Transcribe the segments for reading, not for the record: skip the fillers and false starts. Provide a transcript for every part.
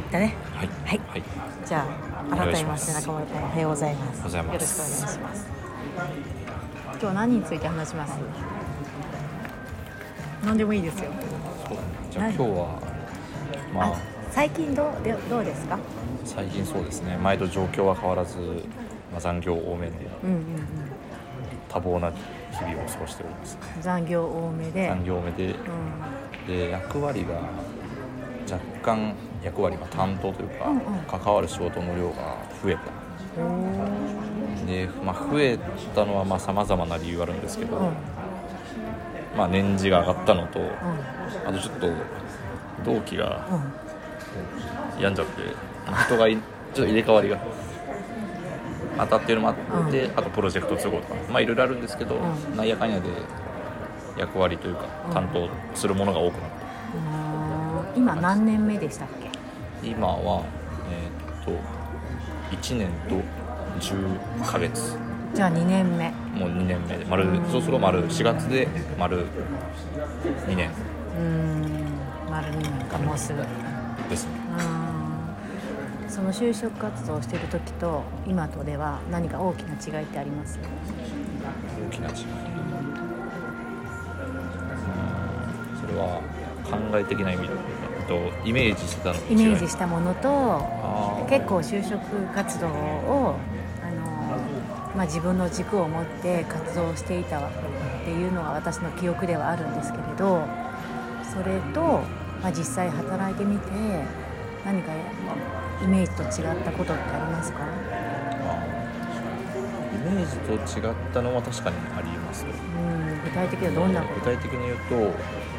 だね。 はい、 はい、 はい、 じゃあ改めまして中村君おはようございます。 おはようございます。 よろしくお願いします。今日何について話します？何でもいいですよ。 そうじゃあ今日は最近どうですか？ 最近そうですね、前と状況は変わらず、残業多めで、多忙な日々を過ごしております、ね、 残業多めで、 で役割が若干担当というか、関わる仕事の量が増えた。で、増えたのは様々な理由があるんですけど、年次が上がったのと、あとちょっと同期が病んじゃって、人がちょっと入れ替わりが当たってるのもあって、あとプロジェクト都合とかいろいろあるんですけど、なんやかんやで役割というか担当するものが多くなった。 今何年目でしたっけ？ 今は1年と10ヶ月。 じゃあ2年目。 もう2年目でそうすると4月で丸2年。 丸2年かもうすぐですね。 その就職活動をしている時と今とでは何か大きな違いってあります？ 大きな違い、それは考え的な意味とイメージしたものと結構就職活動を自分の軸を持って活動していたっていうのは私の記憶ではあるんですけれど、それと、実際働いてみて何かイメージと違ったことってありますか？ イメージと違ったのは確かにあります。 具体的にはどんなこと？ 具体的に言うと、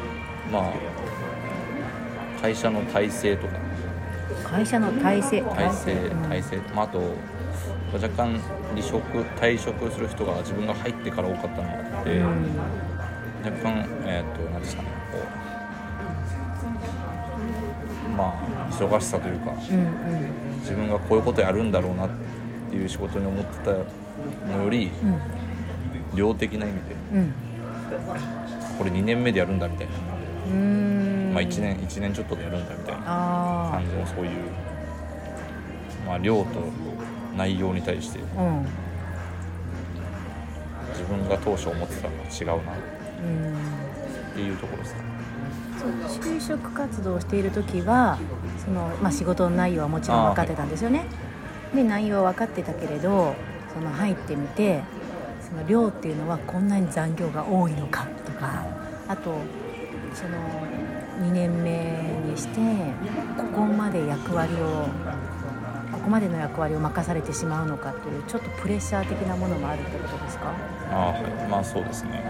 会社の体制とか。 会社の体制、 あと若干退職する人が自分が入ってから多かったのがあって、若干何ですかね、忙しさというか、自分がこういうことやるんだろうなっていう仕事に思ってたのより、量的な意味で、これ2年目でやるんだみたいな、1年ちょっとでやるんだみたいな感じの、そういう、量と内容に対して、自分が当初思ってたのと違うなっていうところです。 就職活動をしている時は仕事の内容はもちろん分かってたんですよね。で、内容は分かってたけれど、入ってみてその量っていうのはこんなに残業が多いのかとか、あと2年目にしてここまでの役割を任されてしまうのかというちょっとプレッシャー的なものもあるってことですか？ そうですね。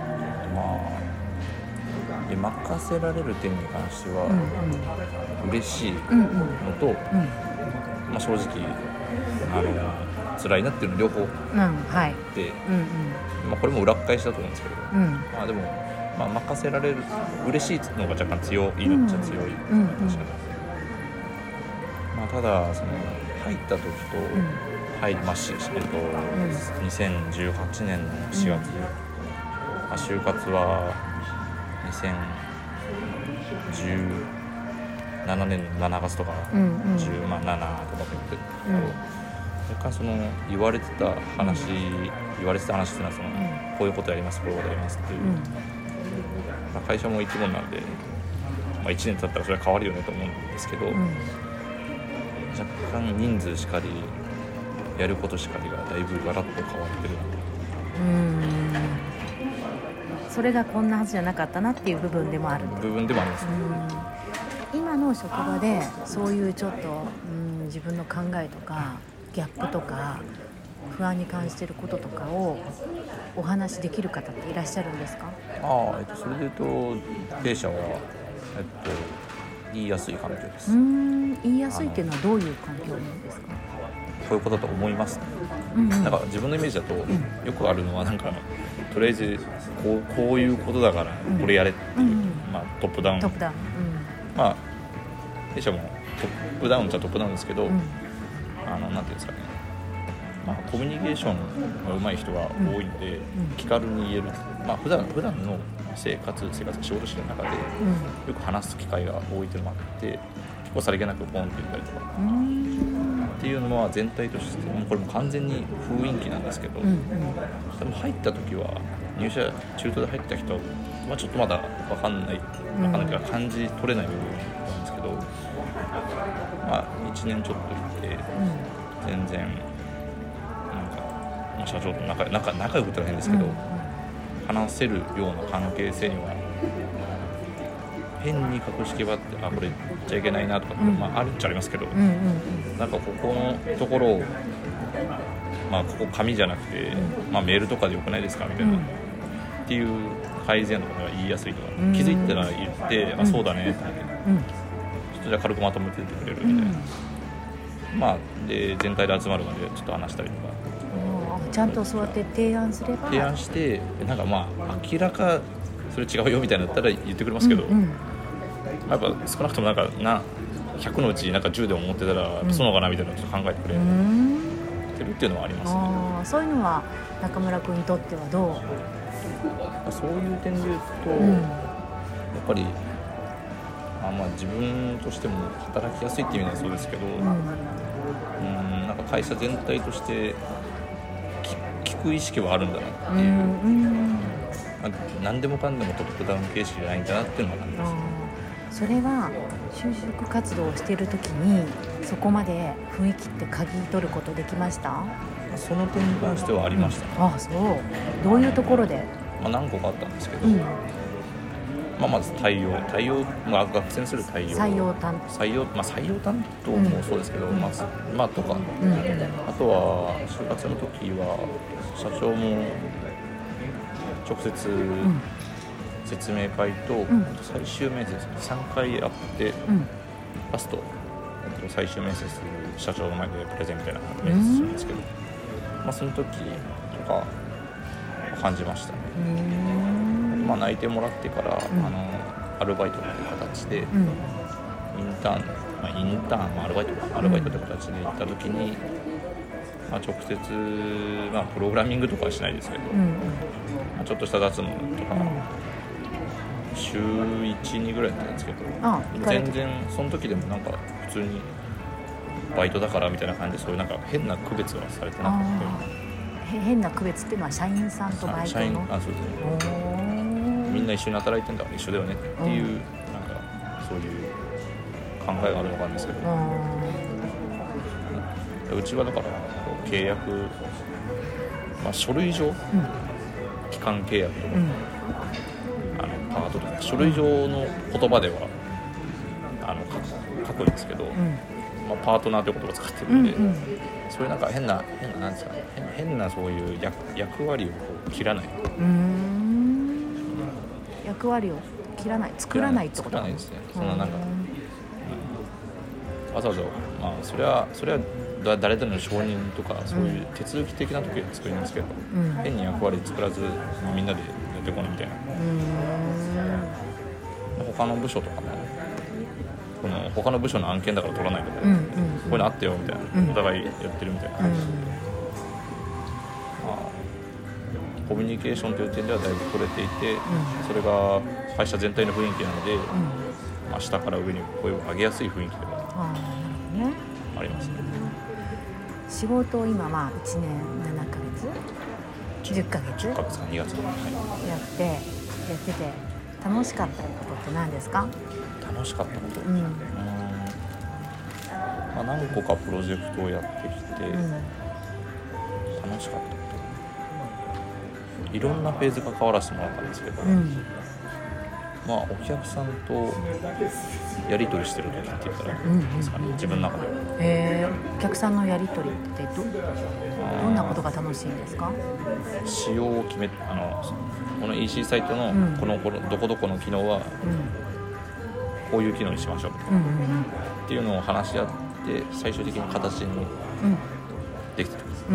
任せられる点に関しては嬉しいのと、正直辛いなっていうの両方で、これも裏返しだと思うんですけど、でも任せられる嬉しいのが若干強いのっちゃ強い話なんで、ただ入った時と2018年の4月、就活は2017年の7月とか17とかも言ってるけど、言われてた話っていうのはこういうことやります、こういうことやりますっていう、会社も生き物なんで、1年経ったらそれは変わるよねと思うんですけど、若干人数しかりやることしかりがだいぶガラッと変わってるので、 それがこんなはずじゃなかったなっていう部分でもある。 部分でもあります、 今の職場でそういうちょっと自分の考えとかギャップとか不安に感じていることとかをお話しできる方っていらっしゃるんですか？ それで言うと弊社は、言いやすい環境です。 言いやすいっていうのはどういう環境なんですか？ こういうことだと思いますね。自分のイメージだと、よくあるのはとりあえずこういうことだからこれやれっていう、トップダウン、弊社もトップダウンじゃトップダウンですけど、なんていうんですかね、コミュニケーションが上手い人が多いので、気軽に言える、普段の生活仕事してる中でよく話す機会が多いというのもあって、 結構さりげなくポンって言ったりとかうんっていうのは全体としてこれも完全に雰囲気なんですけど、 うんうんでも入った時は入社中途で入った人は、ちょっとまだ分かんないから感じ取れない部分なんですけど、1年ちょっといて全然なんか社長と仲良くって言ったら変ですけど、話せるような関係性には変に格式ばってこれ言っちゃいけないなとか、あるっちゃありますけど、なんかここのところをここ紙じゃなくて、メールとかでよくないですかみたいな、っていう改善とかが言いやすいとか、気づいたら言って、そうだねって、ちょっとじゃあ軽くまとめてってくれるみたいな、で全体で集まるのでちょっと話したりとか、 ちゃんとそうやって提案すれば、 提案してなんか明らかそれ違うよみたいなだったら言ってくれますけど、やっぱ少なくともなんか100のうちなんか10でも思ってたらそうなのかなみたいなのをちょっと考えてくれてるっていうのはありますね。 そういうのは中村君にとってはどう？ そういう点で言うと、やっぱり自分としても働きやすいっていう意味ではそうですけど、なんか会社全体として聞く意識はあるんだなっていう、何でもかんでもトップダウン形式じゃないんだなっていうのがあります。 それは就職活動をしている時にそこまで雰囲気って嗅ぎ取ることできました？ その点に関してはありました。 そう。どういうところで？ 何個かあったんですけど、まず対応、学生にする対応、採用担当もそうですけど、とか、あとは就活の時は社長も直接説明会と最終面接3回あって、ラスト最終面接社長の前でプレゼンみたいな面接するんですけど、その時とか感じましたね。内定もらってから、アルバイトという形で、インターン、アルバイトという形で行った時に、直接、プログラミングとかはしないですけど、ちょっとした雑務とか、週 1,2 ぐらいだったんですけど、全然その時でもなんか普通にバイトだからみたいな感じで、そういうなんか変な区別はされてなくて。 変な区別っていうのは社員さんとバイトの？ そうですね。みんな一緒に働いてんだから一緒だよねっていう、なんかそういう考えがあるのがあるんですけど、うちはだから契約、書類上、期間契約とか、パートとか書類上の言葉では書くんですけど、パートナーという言葉を使ってるんで、そういうなんか変ななんですかね、変なそういう役割を切らない。 役割を切らない、作らないってこと？ 作らないですね。そんななんか、わざわざそれは誰々の承認とかそういう手続き的な時は作りますけど、変に役割作らずみんなでやってこないみたいな。他の部署とかも他の部署の案件だから取らないとか、こういうのあってよみたいな、お互いやってるみたいな感じで、コミュニケーションという点ではだいぶ取れていて、それが会社全体の雰囲気なので、下から上に声を上げやすい雰囲気ではありますね。 仕事を今1年7ヶ月10ヶ月 2月に、 やってて楽しかったことって何ですか？ 楽しかったこと、何個かプロジェクトをやってきて、楽しかったこと、いろんなフェーズが関わらせてもらったんですけど、お客さんとやり取りしてる時って言ったらですかね、自分の中では。 お客さんのやり取りってどんなことが楽しいんですか？ 仕様を決めて、この EC サイトのこのどこどこの機能はこういう機能にしましょうっていうのを話し合って最終的に形にできてます。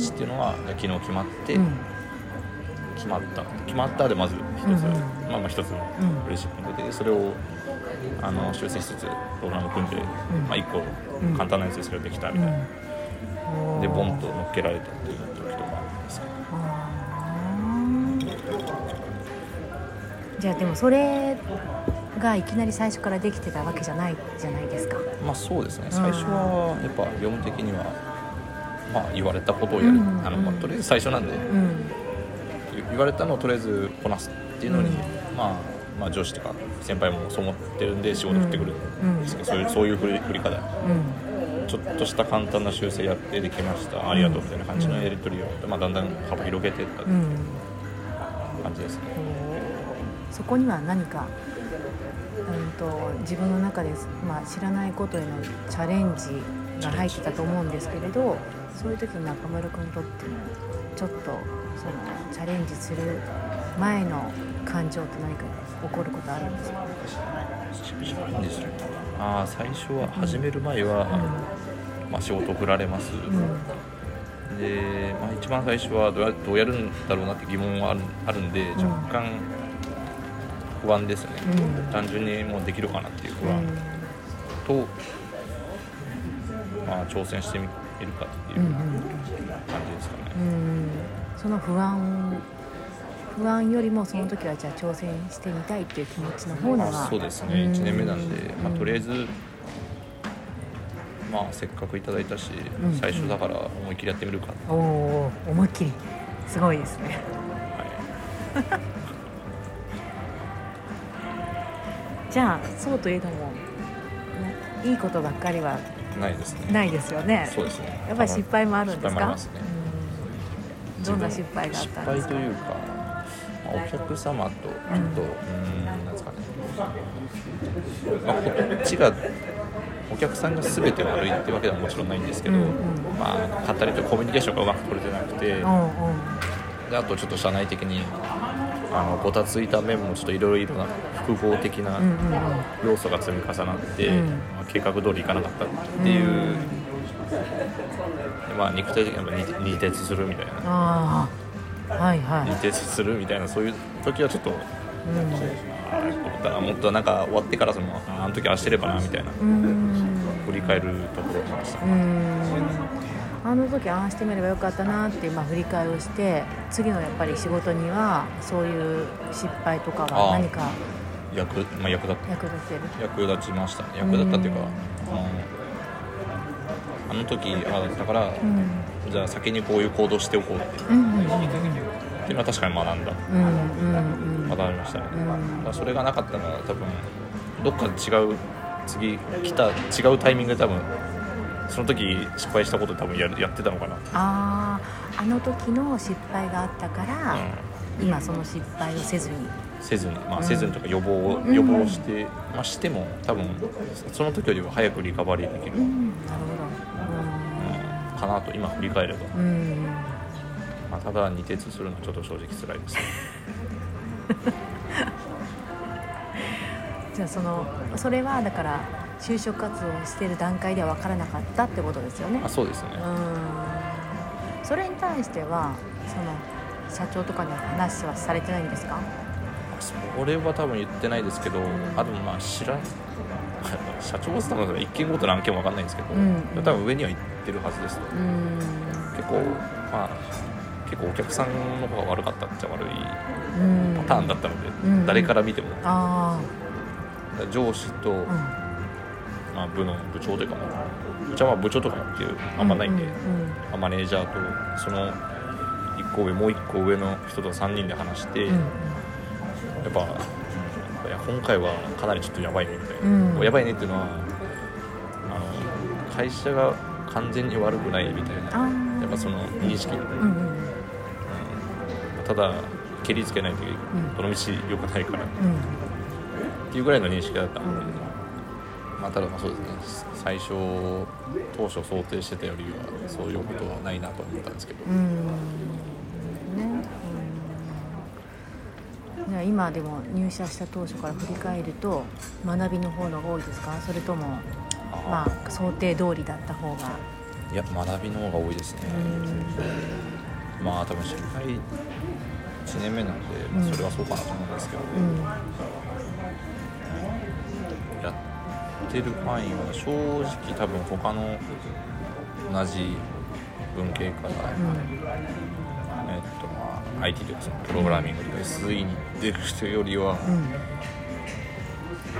形っていうのは機能決まって、決まったでまず一つ、一つの嬉しいポイントで、それを修正しつつプログラム組んで、一個簡単なやつでそれができたみたいな、でボンと乗っけられたっていう時とかですか。じゃあでもそれがいきなり最初からできてたわけじゃないじゃないですか。 まあそうですね、最初はやっぱ業務的には、まあ、言われたことをやる、まあ、とりあえず最初なんで、言われたのをとりあえずこなすっていうのに、まあ上司とか先輩もそう思ってるんで仕事振ってくるんですけど、そういう振り方、ちょっとした簡単な修正やってできました、ありがとうみたいな感じのやり取りを、まあ、だんだん幅広げていった感じですね。 そこには何か、自分の中で、まあ、知らないことへのチャレンジが入ってたと思うんですけれど、そういう時に中村君にとってもちょっとそのチャレンジする前の感情って何か起こることあるんですか？ 最初は始める前は、まあ、仕事振られます、で、まあ、一番最初はどうやるんだろうなって疑問はあるんで、若干不安ですね、単純にもうできるかなっていう不安と、まあ、挑戦してみるかっていう感じですかね。 その不安よりもその時はじゃあ挑戦してみたいっていう気持ちの方が、 そうですね、1年目なんで、まあ、とりあえず、まあ、せっかくいただいたし、最初だから思いっきりやってみるか。 思いっきりすごいですね、じゃあそうといえどもいいことばっかりはないですね。 ないですよね。 そうですね。 やっぱり失敗もあるんですか？ 失敗もありますね。 どんな失敗があったんですか？ 失敗というか、お客様とちょっと、なんですかね、まあ、こっちがお客さんが全て悪いってわけではもちろんないんですけど、まあ、語りとコミュニケーションがうまく取れてなくて、であとちょっと社内的にごたついた面もちょっといろいろな複合的な要素が積み重なって、まあ、計画通りいかなかったっていう、まあ、肉体的に二徹するみたいな、二徹するみたいな、そういう時はちょっと、もっとなんか終わってからあの時ああしてればなみたいな、振り返るところがありました。 あの時ああしてみればよかったなっていう、振り返りをして、次のやっぱり仕事にはそういう失敗とかが何か役立ちましたね。役立ったっていうか、あの時だったから、じゃあ先にこういう行動しておこうっていうのは確かに学んだ、学びましたね。だからそれがなかったら多分どっかで次来た違うタイミングで多分その時失敗したこと多分やってたのかな。 あの時の失敗があったから、今その失敗をせずにとか予防して、しても多分その時よりは早くリカバリーできる、 なるほど、 かなと今振り返れば、ただ二徹するのはちょっと正直辛いですね。 じゃあそれはだから就職活動をしている段階では分からなかったってことですよね。 そうですね。 それに対してはその社長とかには話はされてないんですか？ それは多分言ってないですけど、でも社長は多分1件ごと何件も分かんないんですけど、多分上には行ってるはずです。結構お客さんの方が悪かったっちゃ悪いパターンだったので、誰から見ても、上司と、部長というか、うちは部長とかっていうあんまないんで、マネージャーとその1個上もう1個上の人と3人で話して、やっぱ今回はかなりちょっとやばいねみたいな、やばいねっていうのは会社が完全に悪くないみたいな、やっぱその認識、ただ蹴りつけないとどの道良くないから、っていうぐらいの認識だったので、ただそうですね、最初当初想定してたよりはそういうことはないなと思ったんですけど、 今でも入社した当初から振り返ると学びの方のが多いですか？それとも想定通りだった方が？ いや、学びの方が多いですね。多分社会1年目なんで、それはそうかなと思うんですけど、やってる範囲は正直多分他の同じ文系から、IT とかそのプログラミングとか SE に出る人よりは、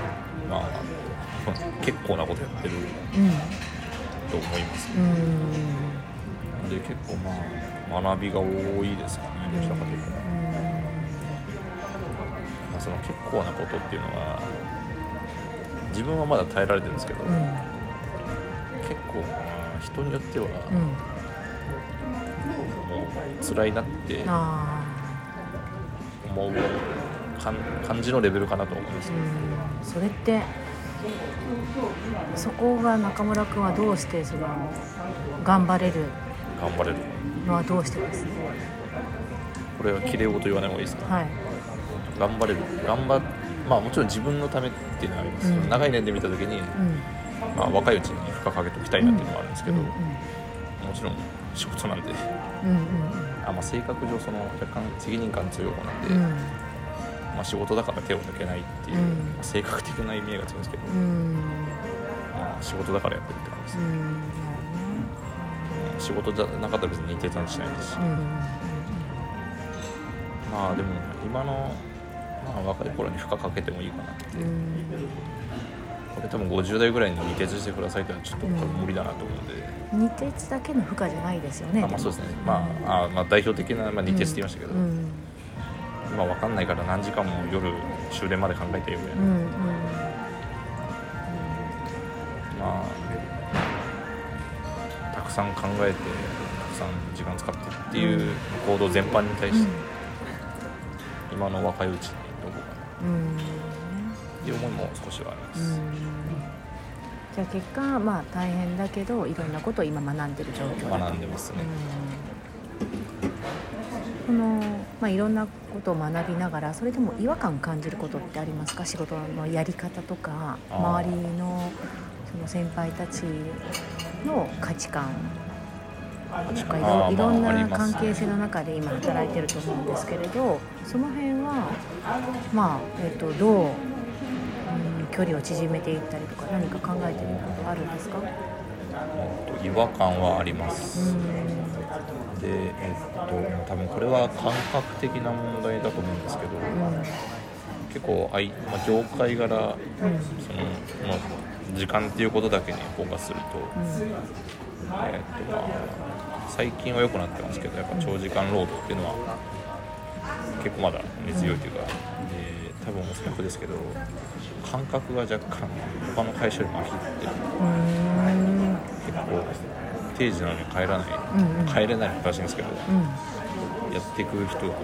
まあ結構なことやってると思います、で結構まあ学びが多いですかね、どちらかというと、まあ、その結構なことっていうのは自分はまだ耐えられてるんですけど、結構人によっては、もう辛いなって思う感じのレベルかなと思うんですけど、 それってそこが中村君はどうしてその頑張れるのはどうしてです、 これは綺麗事言わない方がいいですか、 はい、 頑張れるまあもちろん自分のためっていうのはあります、長い年で見た時に、まあ、若いうちに負荷かけておきたいなっていうのもあるんですけど、もちろん仕事なんで、まあ、性格上その若干責任感強い方なんで、まあ、仕事だから手を抜けないっていう、まあ、性格的な意味合いが強いんですけど、まあ、仕事だからやってるって感じですね、仕事じゃなかったら別に認定なんてしないですし、まあでも今の、まあ、若い頃に負荷かけてもいいかなって、これ多分50代ぐらいに二徹してくださいってのはちょっと無理だなと思うので、 二徹だけの負荷じゃないですよね。 まあそうですね、まあ代表的な、まあ、二徹って言いましたけど、今分かんないから何時間も夜終電まで考えてよみたいな、まあたくさん考えてたくさん時間使ってっていう行動全般に対して、今の若いうちにどこかなっていう思いも少しはあります。 じゃあ結果、まあ、大変だけどいろんなことを今学んでる状況だと。 学んでますね。 まあ、いろんなことを学びながらそれでも違和感感じることってありますか？仕事のやり方とか周りのその先輩たちの価値観とかいろんな関係性の中で今働いてると思うんですけれど、その辺は、まあどう距離を縮めていったりとか何か考えていることあるんですか？ 違和感はあります。で、多分これは感覚的な問題だと思うんですけど、結構業界柄、その時間っていうことだけにフォーカスすると、最近は良くなってますけど、やっぱ長時間労働っていうのは結構まだ根強いというか、多分おそらくですけど感覚が若干他の会社よりもアヒってる、結構定時なのに帰れないらしいんですけど、やっていく人が多い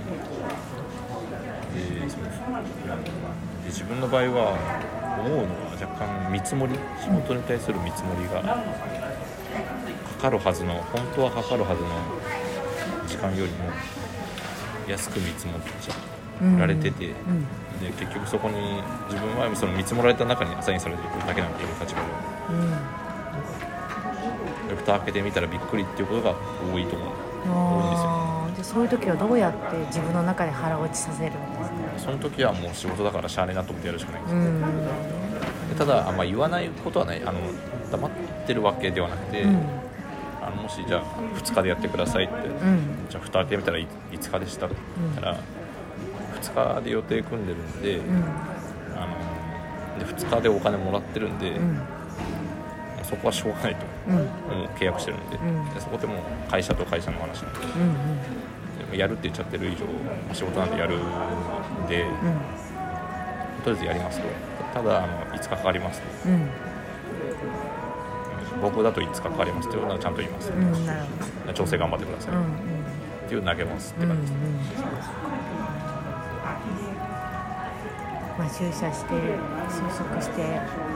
で、自分の場合は思うのは若干見積もり、仕事に対する見積もりが本当はかかるはずの時間よりも安く見積もっちゃられてて、で結局そこに自分はその見積もられた中にアサインされているだけなんていう立場で、蓋開けてみたらびっくりっていうことが多いと思う。多いんですよね。 でそういう時はどうやって自分の中で腹落ちさせるんですか？ その時はもう仕事だからしゃあねえなと思ってやるしかないんですよ、でただ言わないことはない、黙ってるわけではなくて、もしじゃあ2日でやってくださいって、じゃあ蓋開けてみたら5日でしたって言ったら、2日で予定組んでるんで、で2日でお金もらってるんで、そこはしょうがないと、もう契約してるんで、でそこでもう会社と会社の話なんで、でもやるって言っちゃってる以上仕事なんてやるんで、とりあえずやりますと、ただ5日かかりますと、僕だと5日かかりますというのはちゃんと言います、調整頑張ってください、っていう投げますって感じです、 まあ、就職して、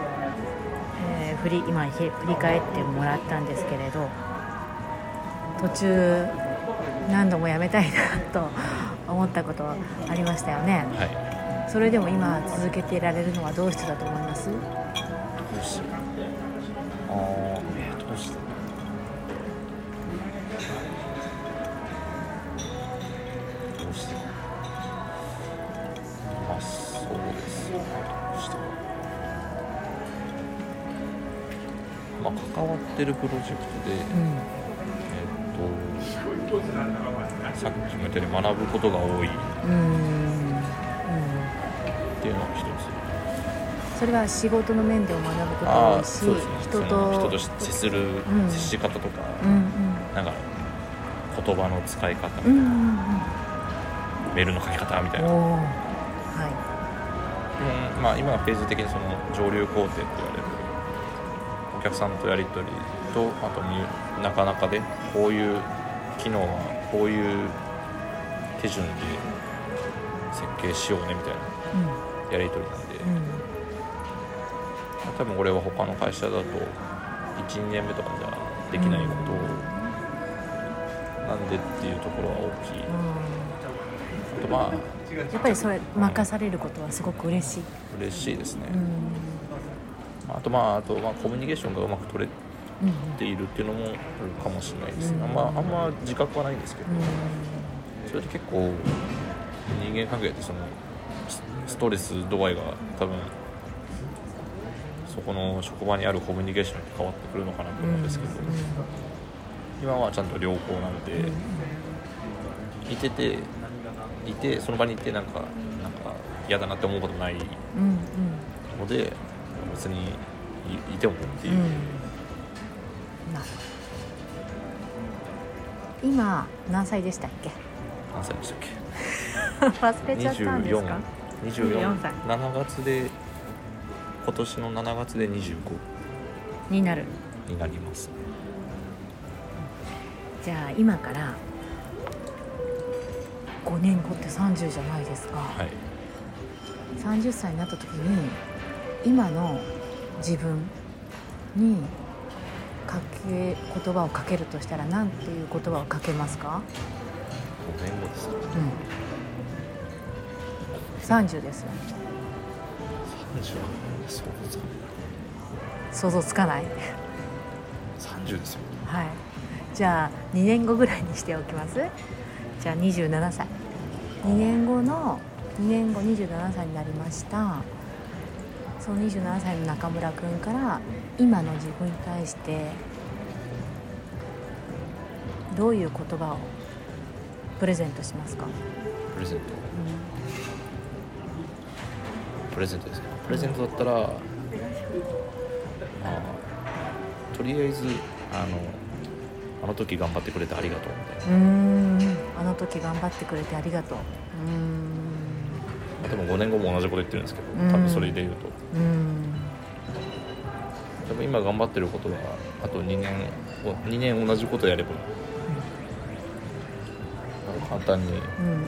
今振り返ってもらったんですけれど、途中何度もやめたいなと思ったことありましたよね、それでも今続けていられるのはどうしてだと思います？ どうしてそうですよね。関わってるプロジェクトで、さっきも言ったように学ぶことが多いっていうのが一つ。 それは仕事の面でも学ぶことが多いし、 そうですね、 人と接する、接し方とか、なんか言葉の使い方みたいな、メールの書き方みたいな、まあ、今はフェーズ的にその上流工程って言われるお客さんとやり取りと、あとなかなかでこういう機能はこういう手順で設計しようねみたいなやり取りなんで、多分俺は他の会社だと 1,2 年目とかじゃできないことなんでっていうところは大きい。あとまあやっぱりそれ任されることはすごく嬉しい。 嬉しいですね。あとコミュニケーションがうまく取れているっていうのもあるかもしれないですね。あんま自覚はないんですけど、それで結構人間関係ってそのストレス度合いが多分そこの職場にあるコミュニケーションに変わってくるのかなと思うんですけど、今はちゃんと良好なので、いてその場にいてなんか嫌だなって思うことないので、別にいてもっていう、 今何歳でしたっけ？ 何歳でしたっけ？ 忘れちゃったんですか？24歳。 7月で今年の7月で25 になります。 じゃあ今から5年後って30じゃないですか。 はい。 30歳になった時に今の自分に言葉をかけるとしたら何ていう言葉をかけますか ？5年後ですか？ 30ですよ。 30は想像つかない 30ですよ。 はい。じゃあ2年後ぐらいにしておきます。じゃあ27歳2年後27歳になりました。その27歳の中村くんから今の自分に対してどういう言葉をプレゼントしますか？ プレゼント、プレゼントですか？プレゼントだったら、とりあえずあの時頑張ってくれてありがとうみたいな。 あの時頑張ってくれてありがとう。 でも5年後も同じこと言ってるんですけど、多分それで言うと、でも今頑張ってることはあと2年同じことやれば、簡単に、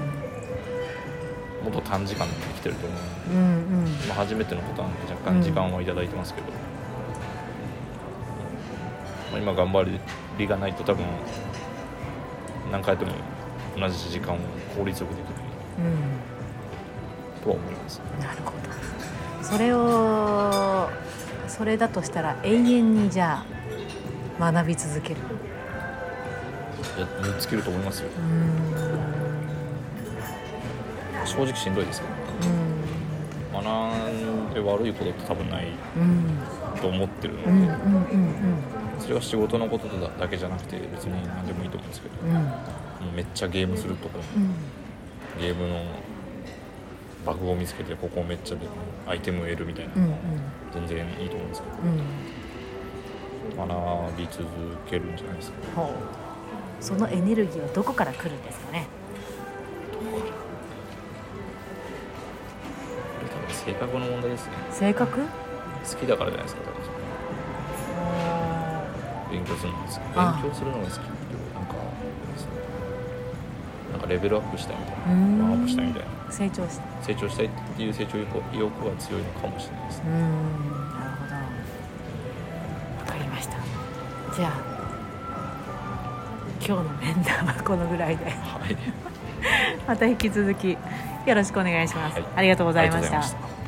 もっと短時間でできてると思う。初めてのことなんで若干時間はいただいてますけど、今頑張りがないと多分何回でも同じ時間を効率よくできる、とは思います。 なるほど。それだとしたら永遠にじゃあ学び続ける。 見つけると思いますよ。正直しんどいですけど、学んで悪いことって多分ないと思ってるので、それが仕事のことだけじゃなくて別に何でもいいと思うんですけど、もうめっちゃゲームするとか、ゲームのバグを見つけてここめっちゃでアイテムを得るみたいな、全然いいと思うんですけど、学び続けるんじゃないですか。 そのエネルギーはどこから来るんですかね？ 性格の問題ですね。 性格？ 好きだからじゃないですか。勉強するのが好き。勉強するのが好きっていうなんかレベルアップしたいみたいな、ワンアップしたいみたいな、成長したいっていう成長意欲が強いのかもしれないですね。 なるほど。わかりました。じゃあ今日の面談はこのぐらいで、また引き続きよろしくお願いします。ありがとうございました。